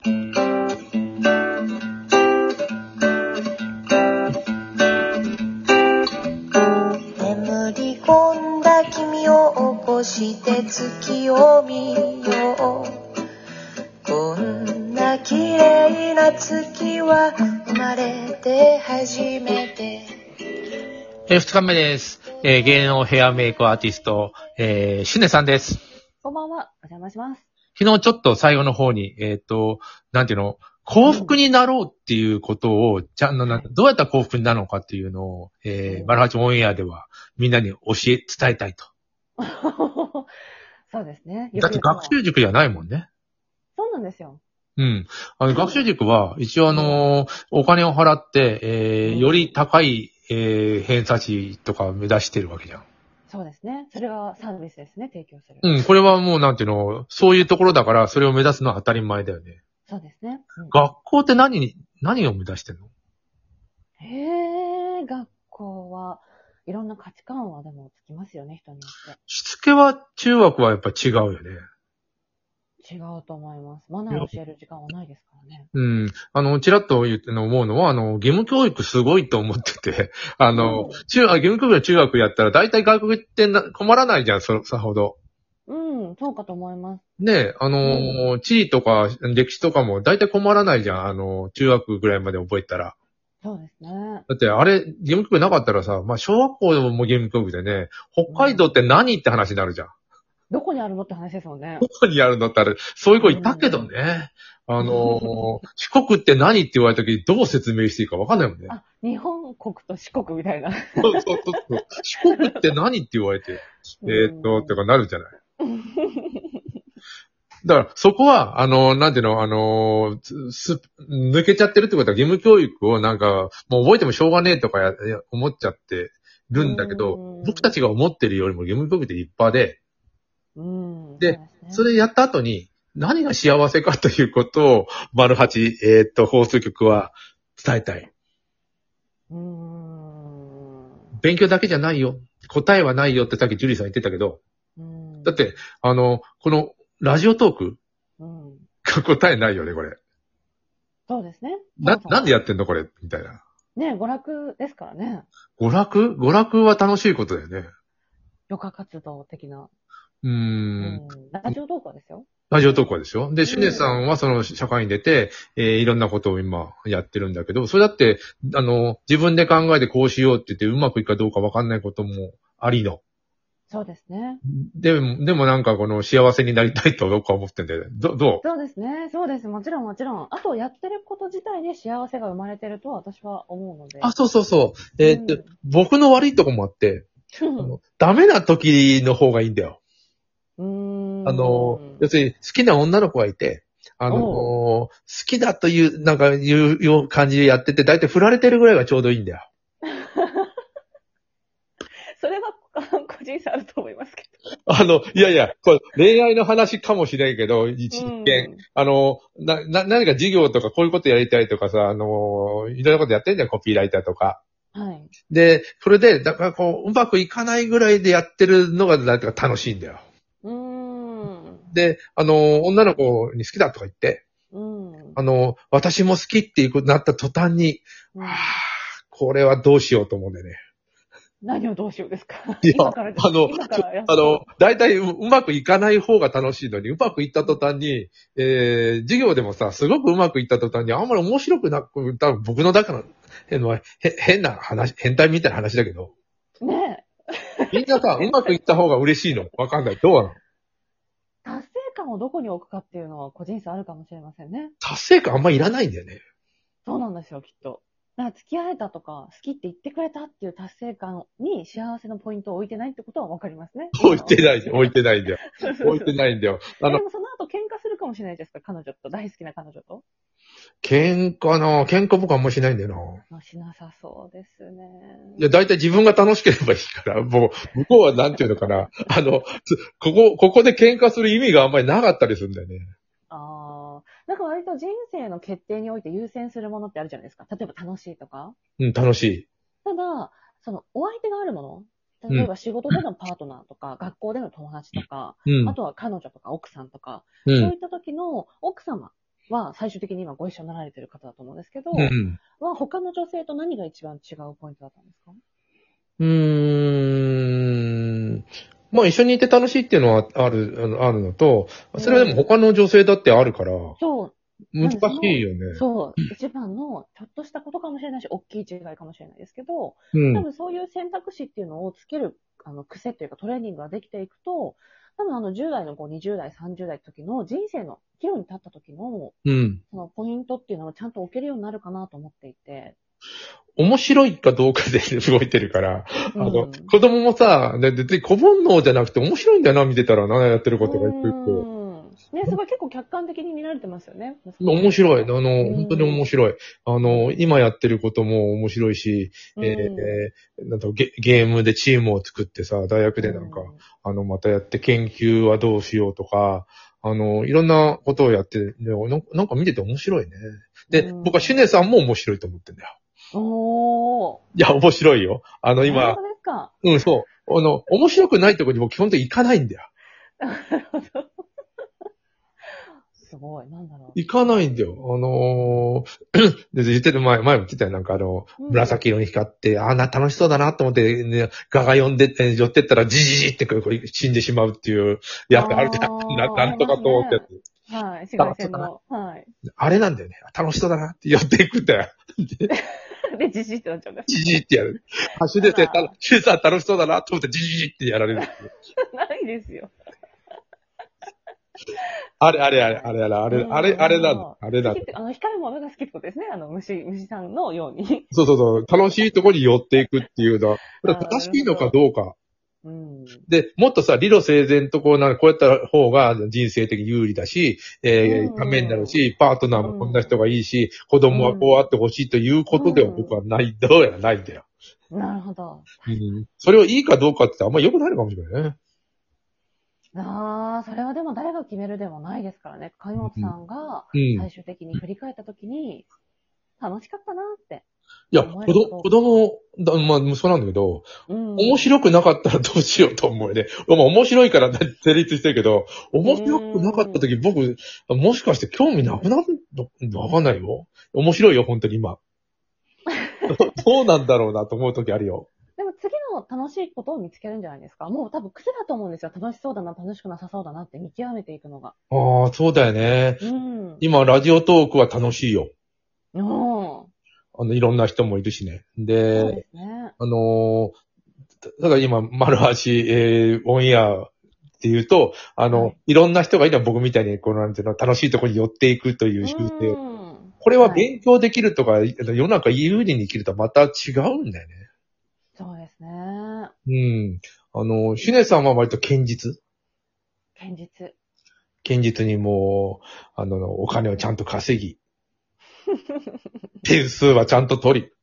眠り込んだ君を起こして月を見よう。こんな綺麗な月は生まれて初めて。 2日目です。芸能ヘアメイクアーティスト、シュネさんです。 こんばんは。お邪魔します。 昨日ちょっと最後の方に、なんていうの、幸福になろうっていうことを、どうやったら幸福になるのかっていうのを、マルハチオンエアではみんなに伝えたいと。 そうですね。 だって学習塾じゃないもんね。 そうなんですよ。 うん。学習塾は、一応お金を払って、より高い、偏差値とかを目指してるわけじゃん。 そうですね。それはサービスですね、提供する。 うん、これはもうなんていうの、そういうところだから、それを目指すのは当たり前だよね。 そうですね。 学校って何を目指してんの？ 学校はいろんな価値観はでもつきますよね、人によって。 しつけは中学はやっぱ違うよね。 違うと思います。マナーを教える時間はないですからね。 うん。ちらっと言って思うのは、義務教育すごいと思ってて、義務教育は中学やったら大体外国って困らないじゃん、さほど。 うん、そうかと思います。 ねえ、地理とか歴史とかも大体困らないじゃん、中学ぐらいまで覚えたら。 そうですね。 だってあれ、義務教育なかったらさ、まあ小学校でも義務教育でね、北海道って何って話になるじゃん。 どこにあるのって話ですもんね。 どこにあるのってあれ、そういう子いたけどね。四国って何って言われた時どう説明していいか分かんないもんね。 あ、日本国と四国みたいな。 そう。四国って何って言われて、ってかなるじゃない。だから、そこは、なんていうの、抜けちゃってるってことは義務教育をなんか、もう覚えてもしょうがねえとか思っちゃってるんだけど、僕たちが思ってるよりも義務教育って立派で、で、それやった後に、何が幸せかということを、丸八、放送局は伝えたい。勉強だけじゃないよ。答えはないよってさっきジュリーさん言ってたけど、だって、このラジオトークが答えないよね、これ。 そうですね。 なんでやってんのこれみたいな。 ね、娯楽ですからね。 娯楽は楽しいことだよね。 余暇活動的な。ラジオトークはですよ。 ラジオトークはですよ。で、シュネさんはその社会に出て、いろんなことを今やってるんだけど、それだって、自分で考えてこうしようって言ってうまくいくかどうかわかんないこともありの。 そうですね。 でもなんかこの幸せになりたいと僕は思ってんだよね。どう？ そうですね。そうです。もちろん。あとやってること自体で幸せが生まれてると私は思うので。 あ、そう。僕の悪いとこもあって、ダメな時の方がいいんだよ。要するに好きな女の子がいて、好きだという、なんかいう感じでやってて、だいたい振られてるぐらいがちょうどいいんだよ。 それは個人差あると思いますけど。いや、これ恋愛の話かもしれんけど、一見。何か授業とかこういうことやりたいとかさ、いろんなことやってんじゃん、コピーライターとか。 はい。 で、それで、だからうまくいかないぐらいでやってるのが、なんか楽しいんだよ。で、女の子に好きだとか言って、私も好きっていうことになった途端に、これはどうしようと思うんだよね。 何をどうしようですか？ いや、 今からだいたいうまくいかない方が楽しいのに、うまくいった途端に、授業でもさ、すごくうまくいった途端に、あんまり面白くなく、多分僕の中の変な話、変態みたいな話だけど。 ねえ。みんなさ、うまくいった方が嬉しいの？わかんない。どうなの？ 達成感をどこに置くかっていうのは個人差あるかもしれませんね。 達成感あんまいらないんだよね。 そうなんですよ、きっと。だから付き合えたとか、好きって言ってくれたっていう達成感に幸せのポイントを置いてないってことは分かりますね。 置いてないんだよ。置いてないんだよ。置いてないんだよ。 でもその後喧嘩するかもしれないですか、彼女と、大好きな彼女と。 喧嘩僕あんましないんだよな。 しなさそうですね。 いや、だいたい自分が楽しければいいから、もう、向こうはなんていうのかな。ここで喧嘩する意味があんまりなかったりするんだよね。 なんか割と人生の決定において優先するものってあるじゃないですか。例えば楽しいとか。 楽しい。 ただ、お相手があるもの。例えば仕事でのパートナーとか、学校での友達とか、あとは彼女とか奥さんとか、そういった時の奥様は最終的に今ご一緒になられてる方だと思うんですけど、 うん。 は他の女性と何が一番違うポイントだったんですか？ まあ一緒にいて楽しいっていうのはあるのと、それはでも他の女性だってあるから、 そう。 難しなんでいよね。 そう、一番のちょっとしたことかもしれないし、大きい違いかもしれないですけど、 うん。 多分そういう選択肢っていうのをつける、癖というかトレーニングができていくと、多分10代の子、20代、30代の時の人生の岐路に立った時の、 うん。 そのポイントっていうのをちゃんと置けるようになるかなと思っていて。 面白いかどうかで動いてるから、 うん。 子供もさ、で小煩悩じゃなくて面白いんだよな、見てたらな、やってることが一個一個。 ね、すごい結構客観的に見られてますよね。 面白い。本当に面い。 白い。今やってることも面白いし、 うん。 なんとゲームでチームを作ってさ、大学でなんか、またやって研究はどうしようとか、いろんなことをやって、なんか見てて面白いね。で、僕はシュネさんも面白いと思ってんだよ。 おー。 いや、面白いよ。今、 本当ですか？ うん、そう。面白くないところに僕基本的に行かないんだよ。 なるほど。すごい。なんだろ行かないんだよ。で、言ってる前も言ってたよ。なんかう。うん。 紫色に光って、楽しそうだなと思って、ね、ガが呼んで、寄ってったら、じじじって死んでしまうっていうやつあるじゃん。 あなんとかりますね。 とってやつ。 はい。紫外楽しそうだな。 線の。はい。 あれなんだよね。楽しそうだなって寄っていくんだよ。 で、じじってなっちゃうんですじか？ じってやる。シュネさん、 あら、 シュネさん楽しそうだなと思って、じじってやられる。 ないですよ。 あれなんだ。あれなんだ。 好きって、光るものが好きってことですね。虫さんのように。 そうそうそう。楽しいところに寄っていくっていうのは、これはああ、な正しいのかるほど。 どうか。 うん。 で、もっとさ、理路整然とこうやった方が人生的に有利だし、 うためになるん。 し、パートナーもこんな人がいいし、子供はこうあってほしいということでは僕はない、どうやらないんだよ。 なるほど。 うん。それをいいかどうかってあんま良くないのかもしれないね。 ああ、それはでも誰が決めるでもないですからね。上本うん。 さんがうん。 最終的に振り返ったときに、楽しかったなっていや、 思えるかどうか。 まあ、息子なんだけど、 うん。 面白くなかったらどうしようと思うよね。まあ、面白いから成立してるけど、 う面白くなかったーん。 時僕、もしかして興味なくなるのわかんないよ。面白いよ、本当に今。そうなんだろうなと思う時あるよ。 でも次の楽しいことを見つけるんじゃないですか。もう多分癖だと思うんですよ。楽しそうだな、楽しくなさそうだなって見極めていくのが。 ああ、そうだよね。 うん。 今、ラジオトークは楽しいよ。 うん。 いろんな人もいるしね。 そうでで、 すね。 ただ今、丸橋、オンエアっていうと、 はい。 いろんな人がいるのは僕みたいに、なんていうの、楽しいところに寄っていくというう習性。 ーん。 これははい。 勉強できるとか、世の中有利に生きるとはまた違うんだよね。 そうですね。 うん。シュネさんは割と堅実。 堅実にもう、お金をちゃんと稼ぎ、点数はちゃんと取り、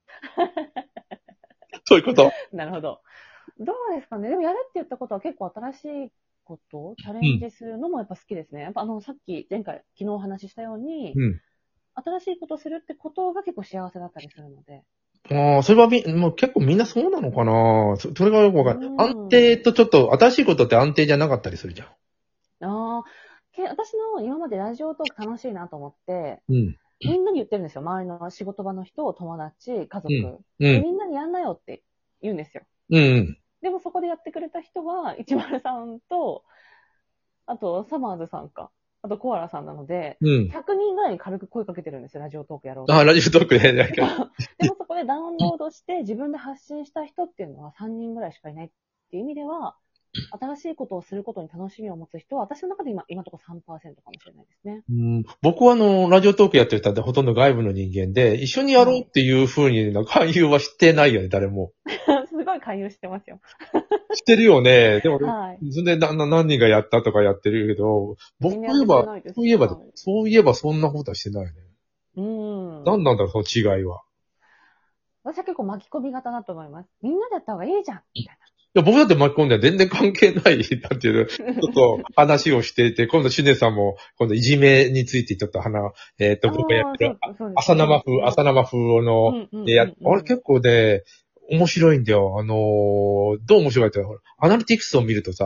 そういうこと。 なるほど。どうですかね。でもやるって言ったことは結構新しいこと、チャレうん。 ンジするのもやっぱ好きですね。やっぱさっき、前回、昨日お話ししたように、 うん。 新しいことするってことが結構幸せだったりするので。 ああ、それはもう結構みんなそうなのかな。それがよくわうかる。安定ーん。 とちょっと、新しいことって安定じゃなかったりするじゃん。 ああ、私の今までラジオトーク楽しいなと思って、 うん。 みんなに言ってるんですよ。周りの仕事場の人、友達、家うん。 族。で、 うん。 みんなにやんなよって言うんですよ。 うん。 でもそこでやってくれた人は、103と、あと、サマーズさんか。あと、コアラさんなので、 うん。 100人ぐらいに軽く声かけてるんですよ。ラジオトークやろうっああ、 て。 ラジオトークで、なんか、 でもそこでダウンロードして自分で発信した人っていうのは3人ぐらいしかいないっていう意味では、新しいことをすることに楽しみを持つ人は、私の中で今のところ3%かもしれないですね。 うん、僕はラジオトークやってる人ってほとんど外部の人間で、一緒にやろうはい。 っていう風に勧誘はしてないよね、誰も。 すごい勧誘してますよ。 してるよね。でも、 はい。 それで何人がやったとかやってるけど、僕みんなやってくれ言えば、 ないです。 そういえば、 はい。 そういえばそんなことはしてないね。 うーん。 何なんだろう、その違いは。 私は結構巻き込み型だと思います。みんなでやった方がいいじゃんみたいいや、僕だって巻き込んで全然関係ない、なんていうの、ちょっと話をしていて、今度シュネさんも、今度いじめについてちょっとな。 僕がやっああ、 てる、 そうですね。そうですね。 朝生風の、 うんうんあうんうん。 れ結構ね、面白いんだよ。どう面白いかって、アナリティクスを見るとさ、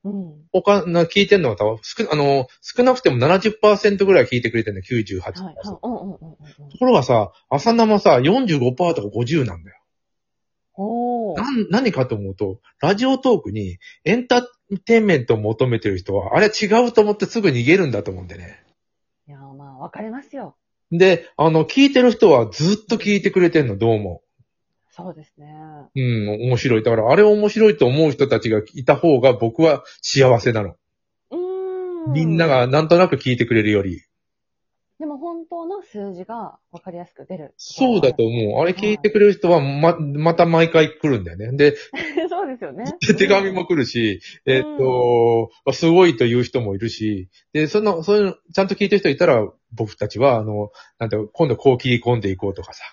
うん。 聞いてんのは少なくても70%ぐらい聞いてくれてるんだよ、98%。 はい。うんうんうんうんうん。 ところがさ、朝生さ、45%とか50なんだよ。 おー。 何かと思うと、ラジオトークにエンターテインメントを求めてる人は、あれ違うと思ってすぐ逃げるんだと思うんだよね。 いや、まあ、わかりますよ。 で、聞いてる人はずっと聞いてくれてんの、どうも。 そうですね。 うん、面白い。だから、あれ面白いと思う人たちがいた方が僕は幸せなの。みんながなんとなく聞いてくれるより。 でも本当の数字がわかりやすく出る。 そうだと思う。あれ聞いてくれる人はまた毎回来るんだよね。で、 そうですよね。 手紙も来るし、すごいという人もいるし、で、そういうの、ちゃんと聞いてる人いたら、僕たちは、今度こう切り込んでいこうとかさ。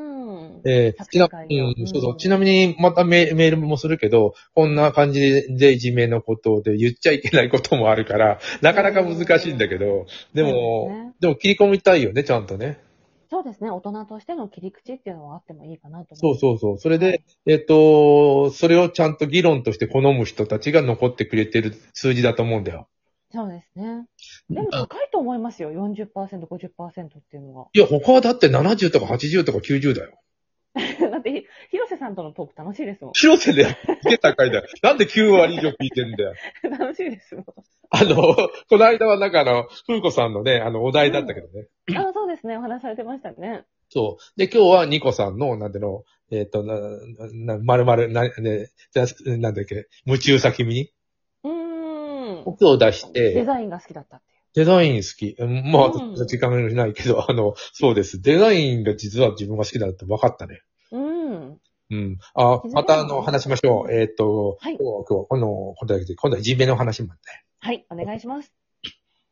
そうそう。ちなみに、またメールもするけど、こんな感じでいじめのことで言っちゃいけないこともあるから、なかなか難しいんだけど、でも切り込みたいよね、ちゃんとね。 そうですね。大人としての切り口っていうのはあってもいいかなと思う。そう。それで、それをちゃんと議論として好む人たちが残ってくれてる数字だと思うんだよ。 そうですね。でも高いと思いますよ。40%、50% っていうのが。 いや、他はだって70とか80とか90だよ。 だって、広瀬さんとのトーク楽しいですもん。 広瀬ですげえ高いだよ。なんで9割以上聞いてんだよ。 楽しいですもん。 この間は風子さんのね、お題だったけどね。 そうですね。お話されてましたね。 そう。で、今日はニコさんの、〇〇、なんだっけ、夢中さ君に。今日出して。 デザインが好きだったっていう。 デザイン好き。まあ、時間がないけど、そうです。デザインが実は自分が好きだって分かったね。また話しましょう。はい。今度はいじめの話もあって。 はい、お願いします。